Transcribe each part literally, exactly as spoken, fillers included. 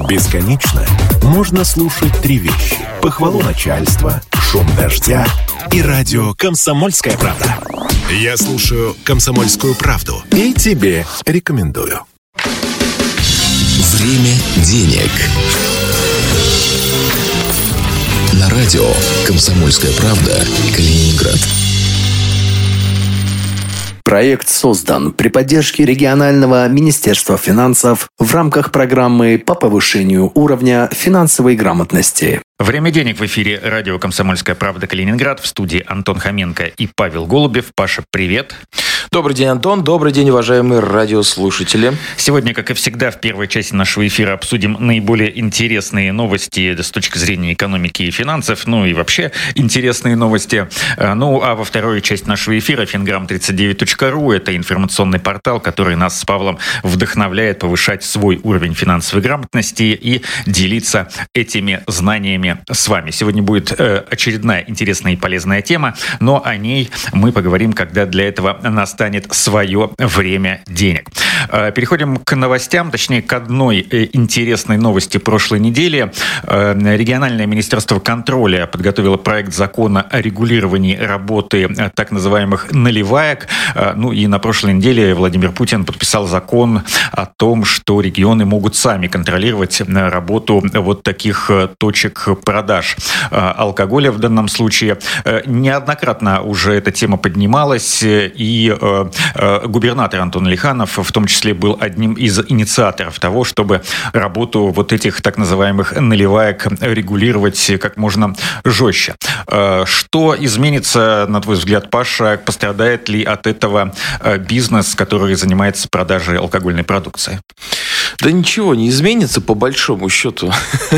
Бесконечно можно слушать три вещи: похвалу начальства, шум дождя и радио «Комсомольская правда». Я слушаю «Комсомольскую правду» и тебе рекомендую. Время денег. На радио «Комсомольская правда», Калининград. Проект создан при поддержке регионального Министерства финансов в рамках программы по повышению уровня финансовой грамотности. Время денег в эфире радио «Комсомольская правда», Калининград. В студии Антон Хоменко и Павел Голубев. Паша, привет. Добрый день, Антон. Добрый день, уважаемые радиослушатели. Сегодня, как и всегда, в первой части нашего эфира обсудим наиболее интересные новости с точки зрения экономики и финансов, ну и вообще интересные новости. Ну, а во второй части нашего эфира финграм тридцать девять точка ру – это информационный портал, который нас с Павлом вдохновляет повышать свой уровень финансовой грамотности и делиться этими знаниями с вами. Сегодня будет э, очередная интересная и полезная тема, но о ней мы поговорим, когда для этого настанет свое время денег. Э, переходим к новостям, точнее к одной э, интересной новости прошлой недели. Э, региональное министерство контроля подготовило проект закона о регулировании работы э, так называемых наливаек. Э, ну и на прошлой неделе Владимир Путин подписал закон о том, что регионы могут сами контролировать э, работу вот таких э, точек продаж алкоголя в данном случае. Неоднократно уже эта тема поднималась, и губернатор Антон Алиханов в том числе был одним из инициаторов того, чтобы работу вот этих так называемых наливаек регулировать как можно жестче. Что изменится, на твой взгляд, Паша? Пострадает ли от этого бизнес, который занимается продажей алкогольной продукции? Да ничего не изменится, по большому счету.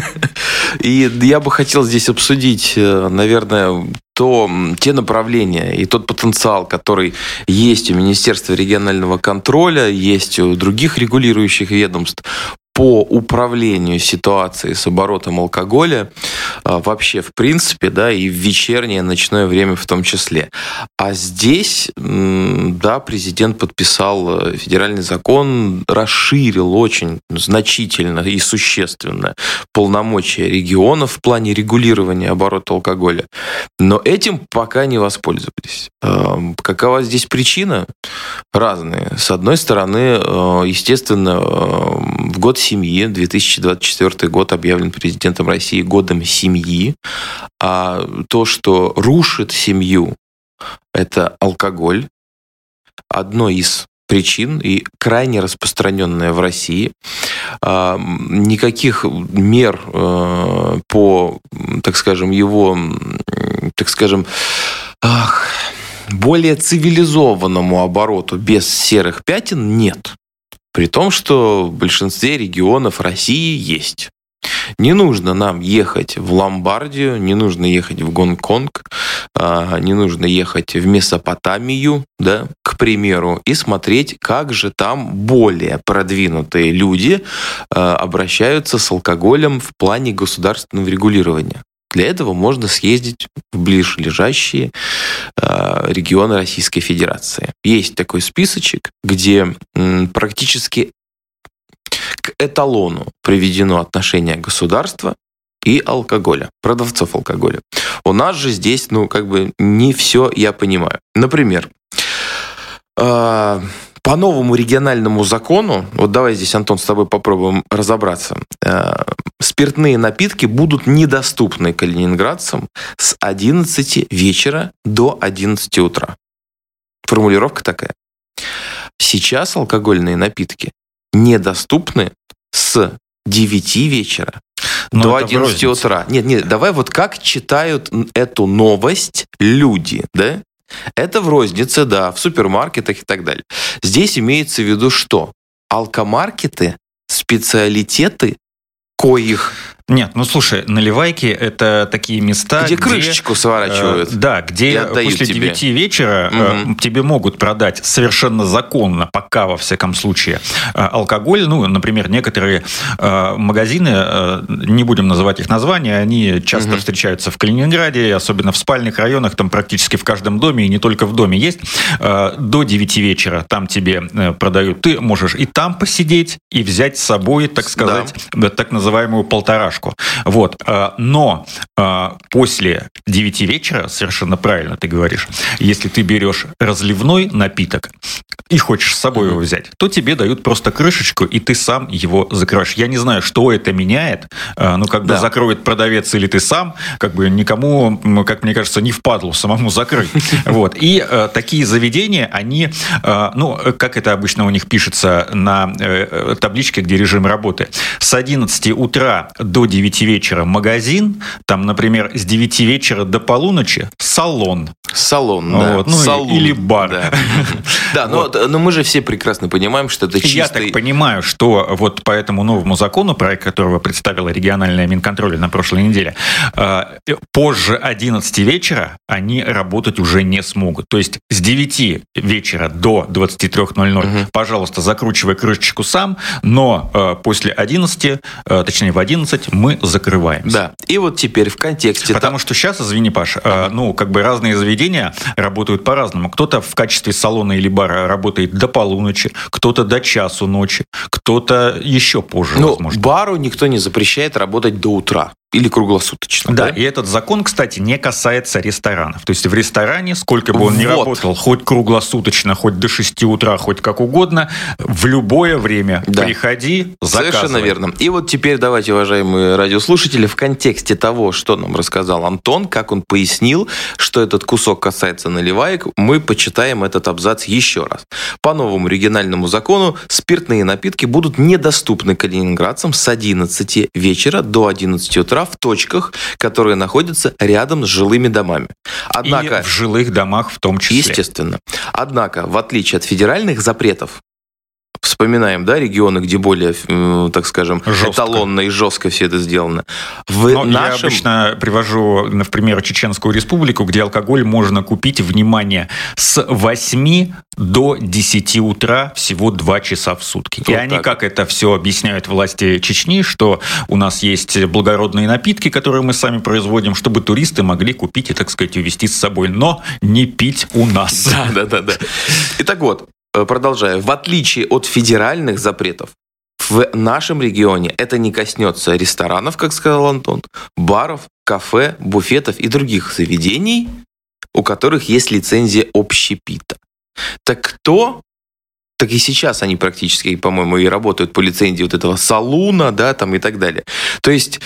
И я бы хотел здесь обсудить, наверное, то, те направления и тот потенциал, который есть у Министерства регионального контроля, есть у других регулирующих ведомств по управлению ситуацией с оборотом алкоголя вообще в принципе, да, и в вечернее, ночное время в том числе. А здесь, да, президент подписал федеральный закон, расширил очень значительно и существенно полномочия регионов в плане регулирования оборота алкоголя. Но этим пока не воспользовались. Какова здесь причина? Разные. С одной стороны, естественно, в год семьи, две тысячи двадцать четвёртый год объявлен президентом России годом семьи, а то, что рушит семью, это алкоголь, одно из причин и крайне распространенная в России. Никаких мер по, так скажем, его, так скажем, ах, более цивилизованному обороту без серых пятен нет. При том, что в большинстве регионов России есть. Не нужно нам ехать в Ломбардию, не нужно ехать в Гонконг, не нужно ехать в Месопотамию, да, к примеру, и смотреть, как же там более продвинутые люди обращаются с алкоголем в плане государственного регулирования. Для этого можно съездить в ближайшие э, регионы Российской Федерации. Есть такой списочек, где м, практически к эталону приведено отношение государства и алкоголя, продавцов алкоголя. У нас же здесь, ну, как бы не все я понимаю. Например, э, по новому региональному закону, вот давай здесь, Антон, с тобой попробуем разобраться, э, спиртные напитки будут недоступны калининградцам с одиннадцати вечера до одиннадцати утра. Формулировка такая. Сейчас алкогольные напитки недоступны с девяти вечера Но до одиннадцати утра. Нет, нет, давай вот как читают эту новость люди, да? Это в рознице, да, в супермаркетах и так далее. Здесь имеется в виду что? Алкомаркеты, специалитеты, коих Нет, ну слушай, наливайки – это такие места, где, где крышечку сворачивают. Э, да, где после тебе. девяти вечера угу. э, тебе могут продать совершенно законно, пока во всяком случае, э, алкоголь. Ну, например, некоторые э, магазины, э, не будем называть их названия, они часто угу. встречаются в Калининграде, особенно в спальных районах, там практически в каждом доме, и не только в доме есть. Э, до девяти вечера там тебе э, продают. Ты можешь и там посидеть, и взять с собой, так сказать, да. так называемую полторашку. Вот. Но после девяти вечера, совершенно правильно ты говоришь, если ты берешь разливной напиток и хочешь с собой его взять, то тебе дают просто крышечку, и ты сам его закроешь. Я не знаю, что это меняет, но когда да. закроет продавец или ты сам, как бы никому, как мне кажется, не впадло самому закрыть. Вот. И такие заведения, они, ну, как это обычно у них пишется на табличке, где режим работы, с одиннадцати утра до девяти вечера магазин, там, например, с девяти вечера до полуночи салон. Салон, да. Вот. Ну, Салон. Или бар. Да, да вот. но, но мы же все прекрасно понимаем, что это чистый... Я так понимаю, что вот по этому новому закону, проект которого представила региональная Минконтроль на прошлой неделе, позже одиннадцати вечера они работать уже не смогут. То есть с девяти вечера до двадцати трёх ноль-ноль, угу. пожалуйста, закручивай крышечку сам, но после одиннадцати, точнее в одиннадцать, мы закрываемся. Да, и вот теперь в контексте... Потому что сейчас, извини, Паш, ага. ну, как бы разные заведения работают по-разному. Кто-то в качестве салона или бара работает до полуночи, кто-то до часу ночи, кто-то еще позже, ну, возможно. Бару никто не запрещает работать до утра. Или круглосуточно. Да, да, и этот закон, кстати, не касается ресторанов. То есть в ресторане, сколько бы он вот. ни работал, хоть круглосуточно, хоть до шести утра, хоть как угодно, в любое время да. приходи, заказывай. Совершенно верно. И вот теперь давайте, уважаемые радиослушатели, в контексте того, что нам рассказал Антон, как он пояснил, что этот кусок касается наливаек, мы почитаем этот абзац еще раз. По новому региональному закону спиртные напитки будут недоступны калининградцам с одиннадцати вечера до одиннадцати утра в точках, которые находятся рядом с жилыми домами. Однако, и в жилых домах в том числе. Естественно. Однако, в отличие от федеральных запретов, вспоминаем, да, регионы, где более, так скажем, жестко. эталонно и жестко все это сделано. В Но нашем... Я обычно привожу, например, Чеченскую Республику, где алкоголь можно купить, внимание, с восьми до десяти утра, всего два часа в сутки. Вот и они, так. как это все объясняют власти Чечни, что у нас есть благородные напитки, которые мы сами производим, чтобы туристы могли купить и, так сказать, увезти с собой, но не пить у нас. Да, да, да, да. Итак, вот. Продолжаю. В отличие от федеральных запретов, в нашем регионе это не коснется ресторанов, как сказал Антон, баров, кафе, буфетов и других заведений, у которых есть лицензия общепита. Так кто... Так и сейчас они практически, по-моему, и работают по лицензии вот этого салуна, да, там и так далее. То есть,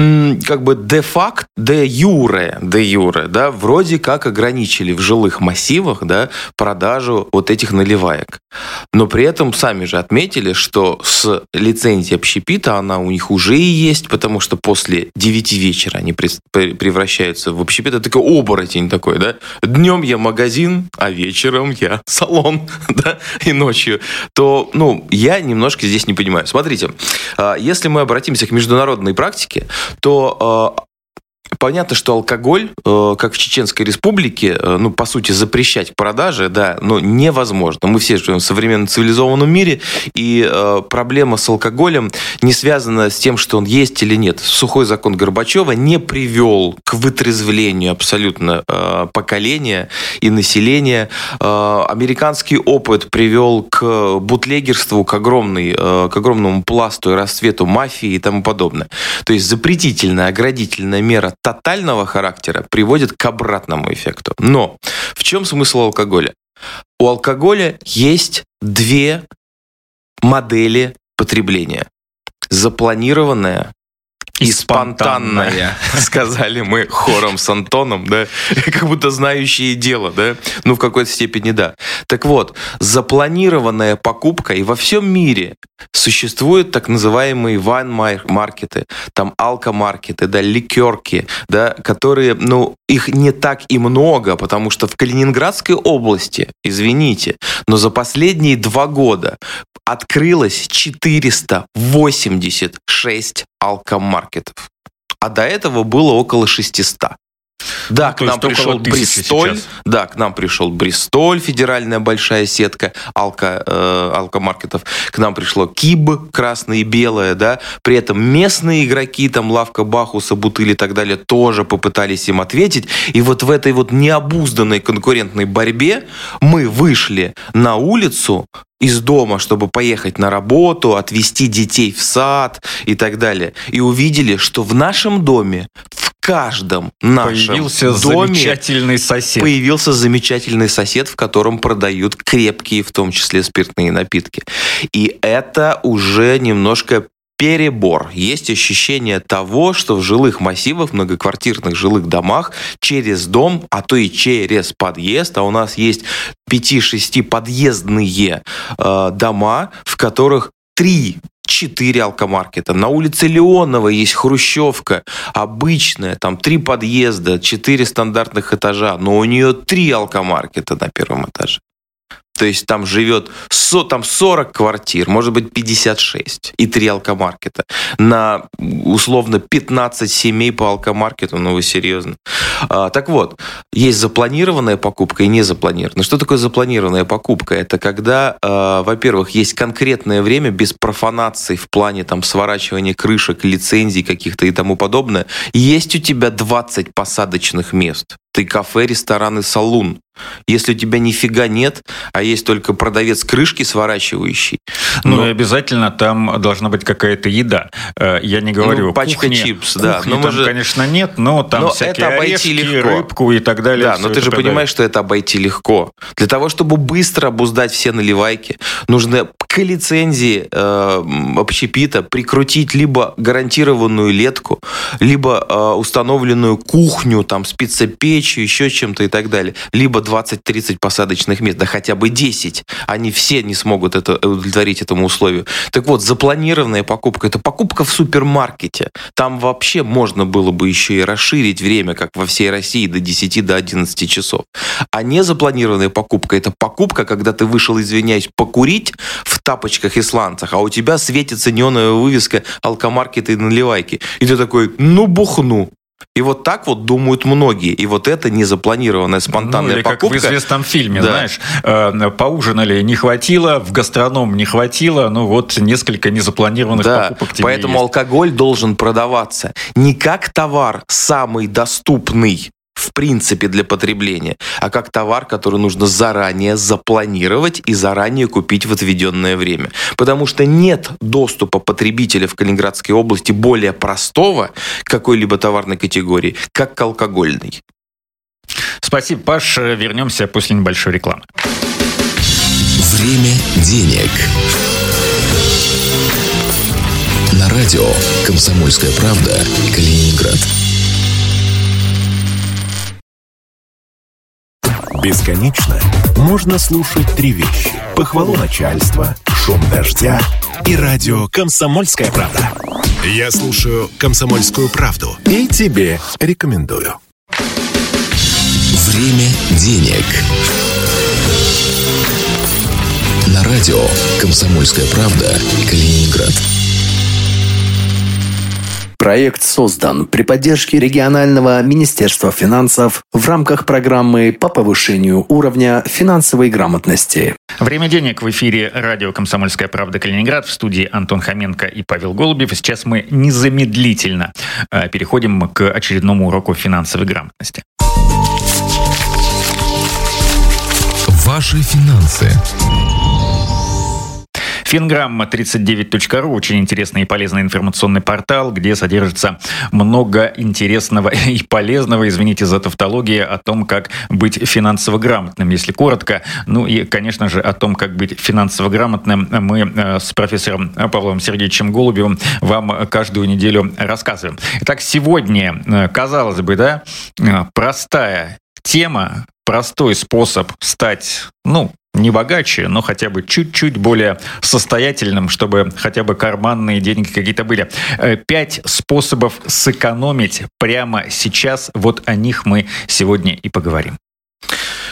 как бы де-факт, де-юре, де-юре, да, вроде как ограничили в жилых массивах, да, продажу вот этих наливаек. Но при этом сами же отметили, что с лицензией общепита она у них уже и есть, потому что после девяти вечера они превращаются в общепит. Это такой оборотень такой, да. Днем я магазин, а вечером я салон, да, и ночью. То, ну, я немножко здесь не понимаю. Смотрите, если мы обратимся к международной практике, то понятно, что алкоголь, как в Чеченской Республике, ну, по сути, запрещать к продаже, да, ну, невозможно. Мы все живем в современном цивилизованном мире, и э, проблема с алкоголем не связана с тем, что он есть или нет. Сухой закон Горбачева не привел к вытрезвлению абсолютно э, поколения и населения. Э, американский опыт привел к бутлегерству, к, огромной, э, к огромному пласту и расцвету мафии и тому подобное. То есть запретительная, оградительная мера тотального характера приводит к обратному эффекту. Но в чем смысл алкоголя? У алкоголя есть две модели потребления. Запланированная и, и спонтанная, спонтанная, сказали мы хором с Антоном, да, как будто знающие дело, да, ну, в какой-то степени да. Так вот, запланированная покупка, и во всем мире существуют так называемые вайн-маркеты, там алкомаркеты, да, ликерки, да, которые, ну, их не так и много, потому что в Калининградской области, извините, но за последние два года открылось четыреста восемьдесят шесть алкомаркетов. алкомаркетов. А до этого было около шестисот. Да, ну, к нам пришел Бристоль, сейчас. да, к нам пришел Бристоль, федеральная большая сетка алко, э, алкомаркетов. К нам пришло КИБ, красное и белое, да. При этом местные игроки, там, Лавка Бахуса, Бутыль и так далее, тоже попытались им ответить. И вот в этой вот необузданной конкурентной борьбе мы вышли на улицу из дома, чтобы поехать на работу, отвезти детей в сад и так далее. И увидели, что в нашем доме, в каждом нашем появился доме замечательный сосед. Появился замечательный сосед, в котором продают крепкие, в том числе спиртные напитки. И это уже немножко перебор. Есть ощущение того, что в жилых массивах, многоквартирных жилых домах через дом, а то и через подъезд, а у нас есть пяти-шести подъездные э, дома, в которых три четыре алкомаркета. На улице Леонова есть хрущевка, обычная, там три подъезда, четыре стандартных этажа, но у нее три алкомаркета на первом этаже. То есть там живет там сорок квартир, может быть пятьдесят шесть, и три алкомаркета. На условно пятнадцать семей по алкомаркету, ну вы серьезно. А, так вот, есть запланированная покупка и незапланированная. Что такое запланированная покупка? Это когда, а, во-первых, есть конкретное время без профанаций в плане там сворачивания крышек, лицензий каких-то и тому подобное. Есть у тебя двадцать посадочных мест. Ты кафе, ресторан и салон. Если у тебя нифига нет, а есть только продавец крышки сворачивающий. Ну, но... и обязательно там должна быть какая-то еда. Я не говорю ну, пачка кухни, чипс, кухни да. Но там, же... конечно, нет, но там но всякие это обойти орешки, легко. Рыбку и так далее. Да, но ты же продают. Понимаешь, что это обойти легко. Для того, чтобы быстро обуздать все наливайки, нужно к лицензии э, общепита прикрутить либо гарантированную летку, либо э, установленную кухню, там, спецепечью, еще чем-то и так далее, либо двадцать-тридцать посадочных мест, да хотя бы десять. Они все не смогут это, удовлетворить этому условию. Так вот, запланированная покупка – это покупка в супермаркете. Там вообще можно было бы еще и расширить время, как во всей России, до десяти, до одиннадцати часов. А незапланированная покупка – это покупка, когда ты вышел, извиняюсь, покурить в тапочках и сланцах, а у тебя светится неоновая вывеска алкомаркета и наливайки. И ты такой, ну бухну. И вот так вот думают многие. И вот это незапланированная спонтанная ну, или покупка. Как в известном фильме, да. знаешь, э, поужинали, не хватило, в гастроном не хватило, ну вот несколько незапланированных да, покупок тебе поэтому есть. Алкоголь должен продаваться не как товар самый доступный в принципе для потребления, а как товар, который нужно заранее запланировать и заранее купить в отведенное время. Потому что нет доступа потребителя в Калининградской области более простого к какой-либо товарной категории, как к алкогольной. Спасибо, Паш. Вернемся после небольшой рекламы. Время денег. На радио «Комсомольская правда» Калининград. Бесконечно можно слушать три вещи. Похвалу начальства, шум дождя и радио «Комсомольская правда». Я слушаю «Комсомольскую правду» и тебе рекомендую. Время денег. На радио «Комсомольская правда» Калининград. Проект создан при поддержке регионального Министерства финансов в рамках программы по повышению уровня финансовой грамотности. Время денег в эфире радио «Комсомольская правда» Калининград. В студии Антон Хоменко и Павел Голубев. Сейчас мы незамедлительно переходим к очередному уроку финансовой грамотности. Ваши финансы. Финграмма тридцать девять точка ру – очень интересный и полезный информационный портал, где содержится много интересного и полезного, извините за тавтологию, о том, как быть финансово грамотным, если коротко. Ну и, конечно же, о том, как быть финансово грамотным, мы с профессором Павлом Сергеевичем Голубевым вам каждую неделю рассказываем. Итак, сегодня, казалось бы, да, простая тема, простой способ стать, ну, не богаче, но хотя бы чуть-чуть более состоятельным, чтобы хотя бы карманные деньги какие-то были. Пять способов сэкономить прямо сейчас. Вот о них мы сегодня и поговорим.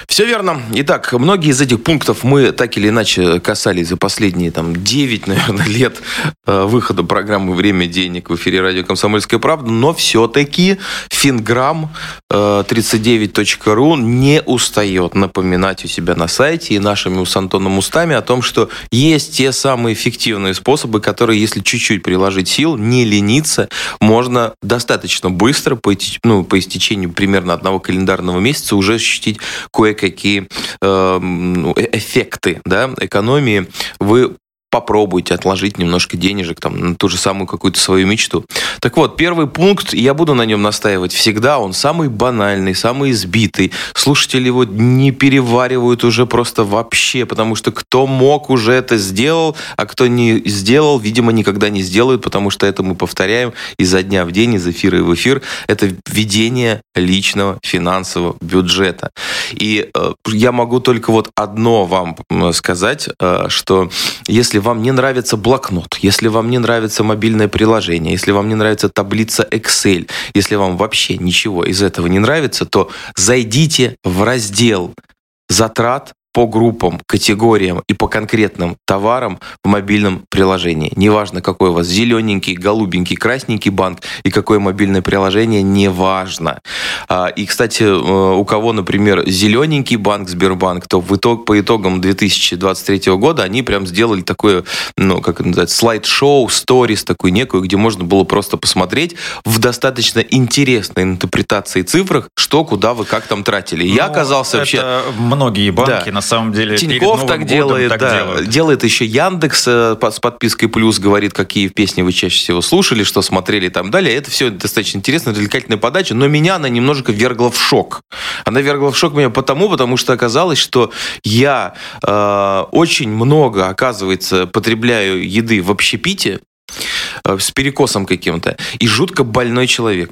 Все верно. Итак, многие из этих пунктов мы так или иначе касались за последние там, девять, наверное, лет выхода программы «Время денег» в эфире радио «Комсомольская правда», но все-таки Финграм тридцать девять точка ру не устает напоминать у себя на сайте и нашими с Антоном устами о том, что есть те самые эффективные способы, которые, если чуть-чуть приложить сил, не лениться, можно достаточно быстро, по, ну, по истечению примерно одного календарного месяца уже ощутить кое-какие э, эффекты, да, экономии. Вы попробуйте отложить немножко денежек там, на ту же самую какую-то свою мечту. Так вот, первый пункт, я буду на нем настаивать всегда, он самый банальный, самый избитый. Слушатели его не переваривают уже просто вообще, потому что кто мог, уже это сделал, а кто не сделал, видимо, никогда не сделает, потому что это мы повторяем изо дня в день, из эфира в эфир. Это ведение личного финансового бюджета. И э, я могу только вот одно вам сказать, э, что если вам не нравится блокнот, если вам не нравится мобильное приложение, если вам не нравится таблица Excel, если вам вообще ничего из этого не нравится, то зайдите в раздел затрат по группам, категориям и по конкретным товарам в мобильном приложении. Неважно, какой у вас зелененький, голубенький, красненький банк и какое мобильное приложение, неважно. И, кстати, у кого, например, зелененький банк Сбербанк, то в итог, по итогам две тысячи двадцать третьего года они прям сделали такое, ну, как это называется, слайд-шоу, сторис такую некую, где можно было просто посмотреть в достаточно интересной интерпретации цифрах, что, куда вы, как там тратили. Ну, я оказался это вообще... многие банки, да. На самом деле, Тинькофф так делает, так да. делают. Делает еще Яндекс с подпиской плюс, говорит, какие песни вы чаще всего слушали, что смотрели и так далее. Это все достаточно интересно, развлекательная подача, но меня она немножко вергла в шок. Она вергла в шок меня потому, потому что оказалось, что я э, очень много, оказывается, потребляю еды в общепите э, с перекосом каким-то, и жутко больной человек.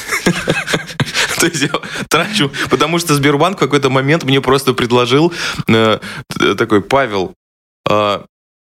То есть я трачу, потому что Сбербанк в какой-то момент мне просто предложил э, такой: Павел, э,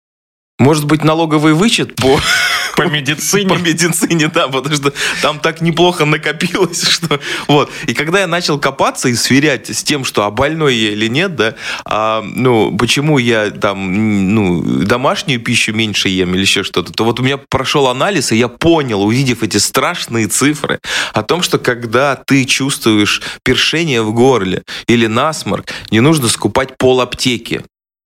может быть, налоговый вычет по... По медицине. По медицине, да, потому что там так неплохо накопилось, что... Вот. И когда я начал копаться и сверять с тем, что а больной я или нет, да, а, ну, почему я там, ну, домашнюю пищу меньше ем или еще что-то, то вот у меня прошел анализ, и я понял, увидев эти страшные цифры, о том, что когда ты чувствуешь першение в горле или насморк, не нужно скупать пол-аптеки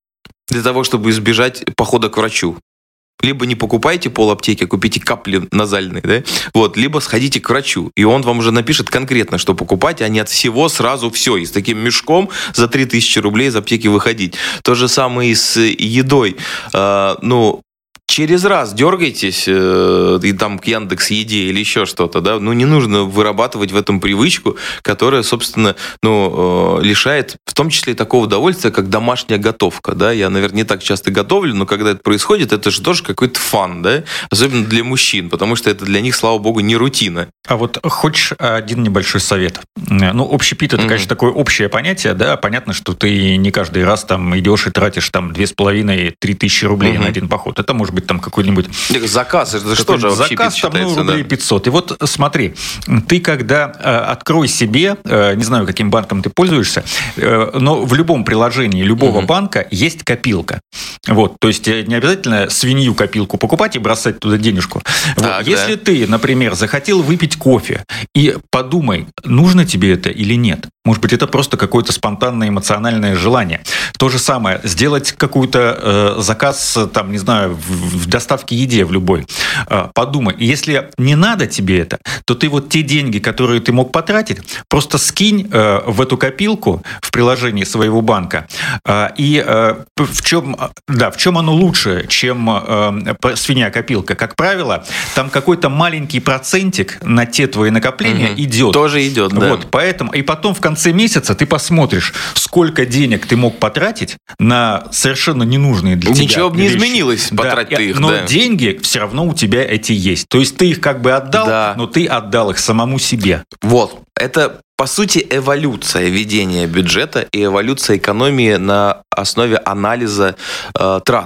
для того, чтобы избежать похода к врачу. Либо не покупайте пол-аптеки, а купите капли назальные, да? Вот, либо сходите к врачу, и он вам уже напишет конкретно, что покупать, а не от всего сразу все. И с таким мешком за три тысячи рублей из аптеки выходить. То же самое и с едой. Э, ну, через раз дергайтесь э, и там к Яндекс.Еде или еще что-то, да, ну, не нужно вырабатывать в этом привычку, которая, собственно, ну, э, лишает в том числе и такого удовольствия, как домашняя готовка, да, я, наверное, не так часто готовлю, но когда это происходит, это же тоже какой-то фан, да, особенно для мужчин, потому что это для них, слава богу, не рутина. А вот хочешь один небольшой совет? Ну, общепит — это, mm-hmm. конечно, такое общее понятие, да, понятно, что ты не каждый раз там идешь и тратишь там две с половиной — три тысячи рублей mm-hmm. на один поход, это может быть там какой-нибудь... Заказ, это что же общепит заказ, считается? Заказ, там, ну, рублей да. пятьсот. И вот смотри, ты когда э, открой себе, э, не знаю, каким банком ты пользуешься, э, но в любом приложении любого угу. банка есть копилка. Вот, то есть не обязательно свинью копилку покупать и бросать туда денежку. Так, вот. Если да. ты, например, захотел выпить кофе, и подумай, нужно тебе это или нет. Может быть, это просто какое-то спонтанное эмоциональное желание. То же самое, сделать какой-то э, заказ, там, не знаю, в, в доставке еде в любой. Э, подумай, если не надо тебе это, то ты вот те деньги, которые ты мог потратить, просто скинь э, в эту копилку в приложении своего банка. Э, и э, в чем, да, в чем оно лучше, чем э, свинья-копилка? Как правило, там какой-то маленький процентик на те твои накопления угу. идет. Тоже идет, да. Вот, поэтому, и потом в конце В конце месяца ты посмотришь, сколько денег ты мог потратить на совершенно ненужные для тебя Ничего бы не вещи. изменилось, потрать да, ты их. Но да. деньги все равно у тебя эти есть. То есть ты их как бы отдал, да. но ты отдал их самому себе. Вот. Это, по сути, эволюция ведения бюджета и эволюция экономии на основе анализа э, трат.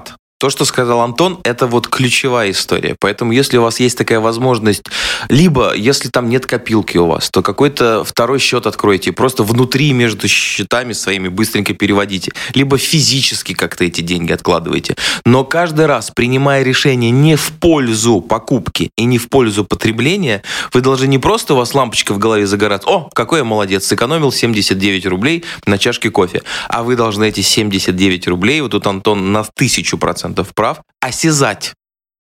то, что сказал Антон, это вот ключевая история. Поэтому, если у вас есть такая возможность, либо, если там нет копилки у вас, то какой-то второй счет откройте, просто внутри между счетами своими быстренько переводите, либо физически как-то эти деньги откладывайте. Но каждый раз, принимая решение не в пользу покупки и не в пользу потребления, вы должны не просто, у вас лампочка в голове загораться, о, какой я молодец, сэкономил семьдесят девять рублей на чашке кофе, а вы должны эти семьдесят девять рублей, вот тут Антон на тысячу процентов прав, осязать.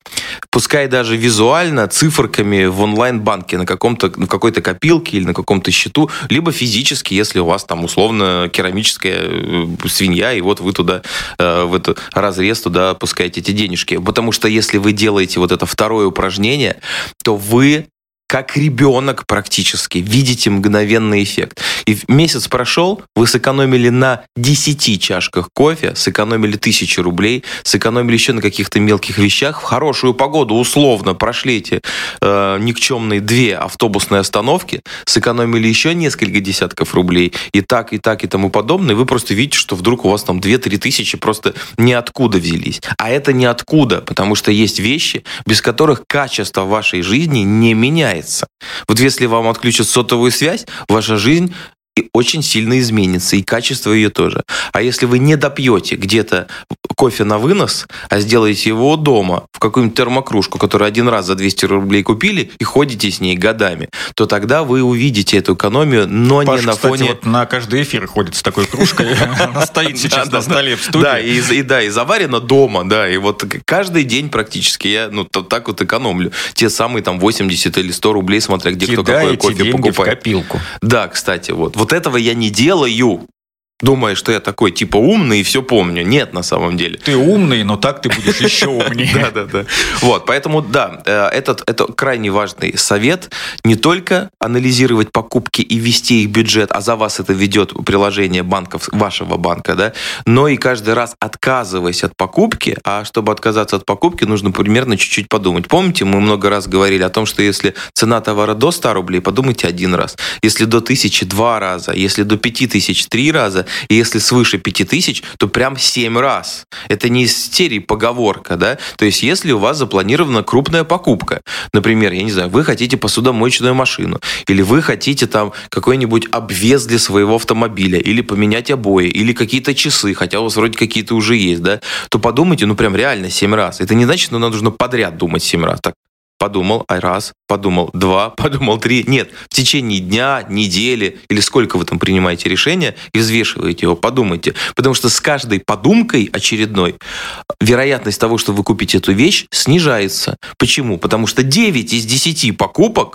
Пускай даже визуально, циферками в онлайн-банке, на, каком-то, на какой-то копилке или на каком-то счету, либо физически, если у вас там условно керамическая свинья, и вот вы туда, в этот разрез туда пускаете эти денежки. Потому что если вы делаете вот это второе упражнение, то вы как ребенок практически видите мгновенный эффект. И месяц прошел, вы сэкономили на десяти чашках кофе, сэкономили тысячу рублей, сэкономили еще на каких-то мелких вещах. В хорошую погоду условно прошли эти э, никчемные две автобусные остановки, сэкономили еще несколько десятков рублей, и так, и так, и тому подобное. И вы просто видите, что вдруг у вас там две-три тысячи просто ниоткуда взялись. А это ниоткуда, потому что есть вещи, без которых качество вашей жизни не меняется. Вот если вам отключат сотовую связь, ваша жизнь и очень сильно изменится, и качество ее тоже. А если вы не допьете где-то кофе на вынос, а сделаете его дома в какую-нибудь термокружку, которую один раз за двести рублей купили, и ходите с ней годами, то тогда вы увидите эту экономию, но Паша, не на кстати, фоне... вот на каждый эфир ходит с такой кружкой, она стоит сейчас на столе в студии. Да, и да, и заварена дома, да, и вот каждый день практически я ну так вот экономлю. Те самые там восемьдесят или сто рублей, смотря где кто какой кофе покупает. В копилку. Да, кстати, вот. Вот этого я не делаю, думая, что я такой типа умный и все помню. Нет, на самом деле. Ты умный, но так ты будешь еще умнее. Да, да, да. Вот, поэтому, да, этот, это крайне важный совет. Не только анализировать покупки и вести их в бюджет, а за вас это ведет приложение банков, вашего банка, да, но и каждый раз отказываясь от покупки, а чтобы отказаться от покупки, нужно примерно чуть-чуть подумать. Помните, мы много раз говорили о том, что если цена товара до ста рублей, подумайте один раз. Если до тысячи, два раза. Если до пяти тысяч, три раза. И если свыше пяти тысяч, то прям семь раз. Это не из серии поговорка, да? То есть, если у вас запланирована крупная покупка, например, я не знаю, вы хотите посудомоечную машину, или вы хотите там какой-нибудь обвес для своего автомобиля, или поменять обои, или какие-то часы, хотя у вас вроде какие-то уже есть, да? То подумайте, ну прям реально семь раз. Это не значит, что нам нужно подряд думать семь раз. Так, подумал раз, подумал два, подумал три. Нет, в течение дня, недели или сколько вы там принимаете решение и взвешиваете его, подумайте. Потому что с каждой подумкой очередной вероятность того, что вы купите эту вещь, снижается. Почему? Потому что девять из десяти покупок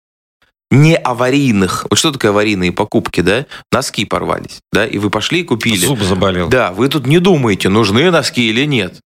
не аварийных. Вот что такое аварийные покупки, да? Носки порвались, да? И вы пошли и купили. Зуб заболел. Да, вы тут не думаете, нужны носки или нет.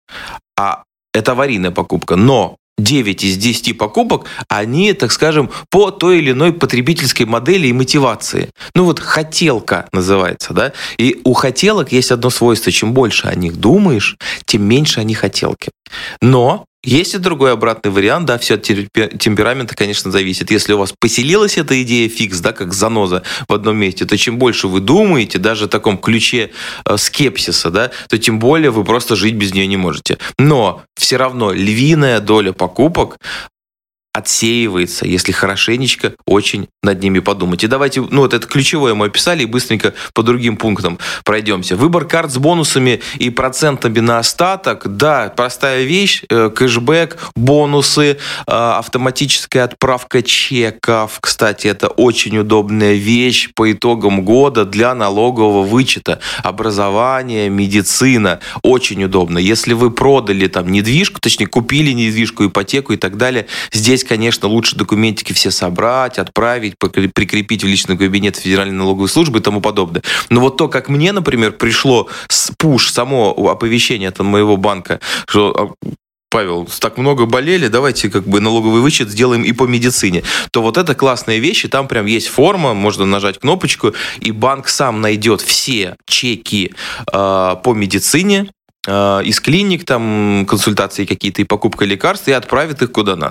А это аварийная покупка. Но девять из десяти покупок, они, так скажем, по той или иной потребительской модели и мотивации. Ну вот хотелка называется, да? И у хотелок есть одно свойство. Чем больше о них думаешь, тем меньше они хотелки. Но есть и другой обратный вариант, да, все от темперамента, конечно, зависит. Если у вас поселилась эта идея фикс, да, как заноза в одном месте, то чем больше вы думаете, даже в таком ключе э, скепсиса, да, то тем более вы просто жить без нее не можете. Но все равно львиная доля покупок отсеивается, если хорошенечко очень над ними подумать. И давайте, ну вот это ключевое мы описали, и быстренько по другим пунктам пройдемся. Выбор карт с бонусами и процентами на остаток. Да, простая вещь, кэшбэк, бонусы, автоматическая отправка чеков. Кстати, это очень удобная вещь по итогам года для налогового вычета. Образование, медицина. Очень удобно. Если вы продали там недвижку, точнее купили недвижку, ипотеку и так далее, здесь, конечно, лучше документики все собрать, отправить, прикрепить в личный кабинет Федеральной налоговой службы и тому подобное. Но вот то, как мне, например, пришло с пуш, само оповещение от моего банка, что Павел, так много болели, давайте как бы налоговый вычет сделаем и по медицине. То вот это классная вещь, и там прям есть форма, можно нажать кнопочку, и банк сам найдет все чеки э, по медицине, э, из клиник, там консультации какие-то и покупка лекарств, и отправит их куда надо.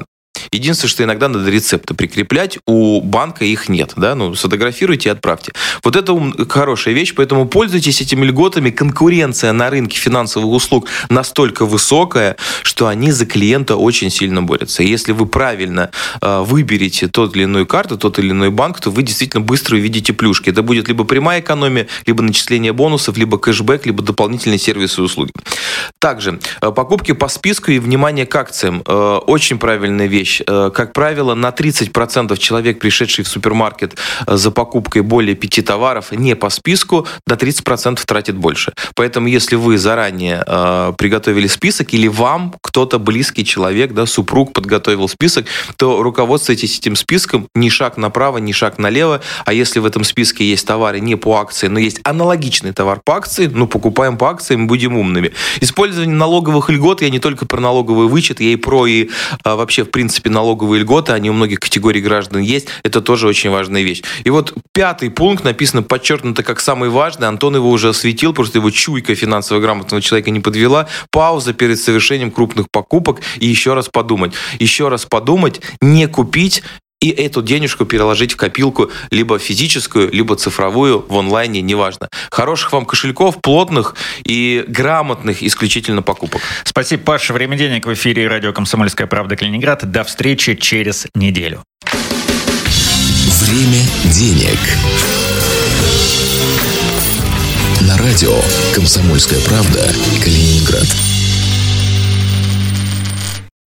Единственное, что иногда надо рецепты прикреплять, у банка их нет. Да? Ну, сфотографируйте и отправьте. Вот это хорошая вещь, поэтому пользуйтесь этими льготами. Конкуренция на рынке финансовых услуг настолько высокая, что они за клиента очень сильно борются. И если вы правильно э, выберете тот или иную карту, тот или иной банк, то вы действительно быстро увидите плюшки. Это будет либо прямая экономия, либо начисление бонусов, либо кэшбэк, либо дополнительные сервисы и услуги. Также э, покупки по списку и внимание к акциям. Э, очень правильная вещь. Э, как правило, на тридцать процентов человек, пришедший в супермаркет э, за покупкой более пяти товаров не по списку, на тридцать процентов тратит больше. Поэтому, если вы заранее э, приготовили список, или вам кто-то близкий человек, да, супруг подготовил список, то руководствуйтесь этим списком, ни шаг направо, ни шаг налево. А если в этом списке есть товары не по акции, но есть аналогичный товар по акции, ну, покупаем по акциям, будем умными. Использование налоговых льгот, я не только про налоговый вычет, я и про и а, вообще, в принципе, налоговые льготы, они у многих категорий граждан есть, это тоже очень важная вещь. И вот пятый пункт написано, подчеркнуто как самый важный, Антон его уже осветил, просто его чуйка финансово грамотного человека не подвела. Пауза перед совершением крупных покупок и еще раз подумать. Еще раз подумать, не купить и эту денежку переложить в копилку либо физическую, либо цифровую, в онлайне, неважно. Хороших вам кошельков, плотных и грамотных исключительно покупок. Спасибо, Паша. «Время денег» в эфире радио «Комсомольская правда» Калининград. До встречи через неделю. Время денег. На радио «Комсомольская правда» Калининград.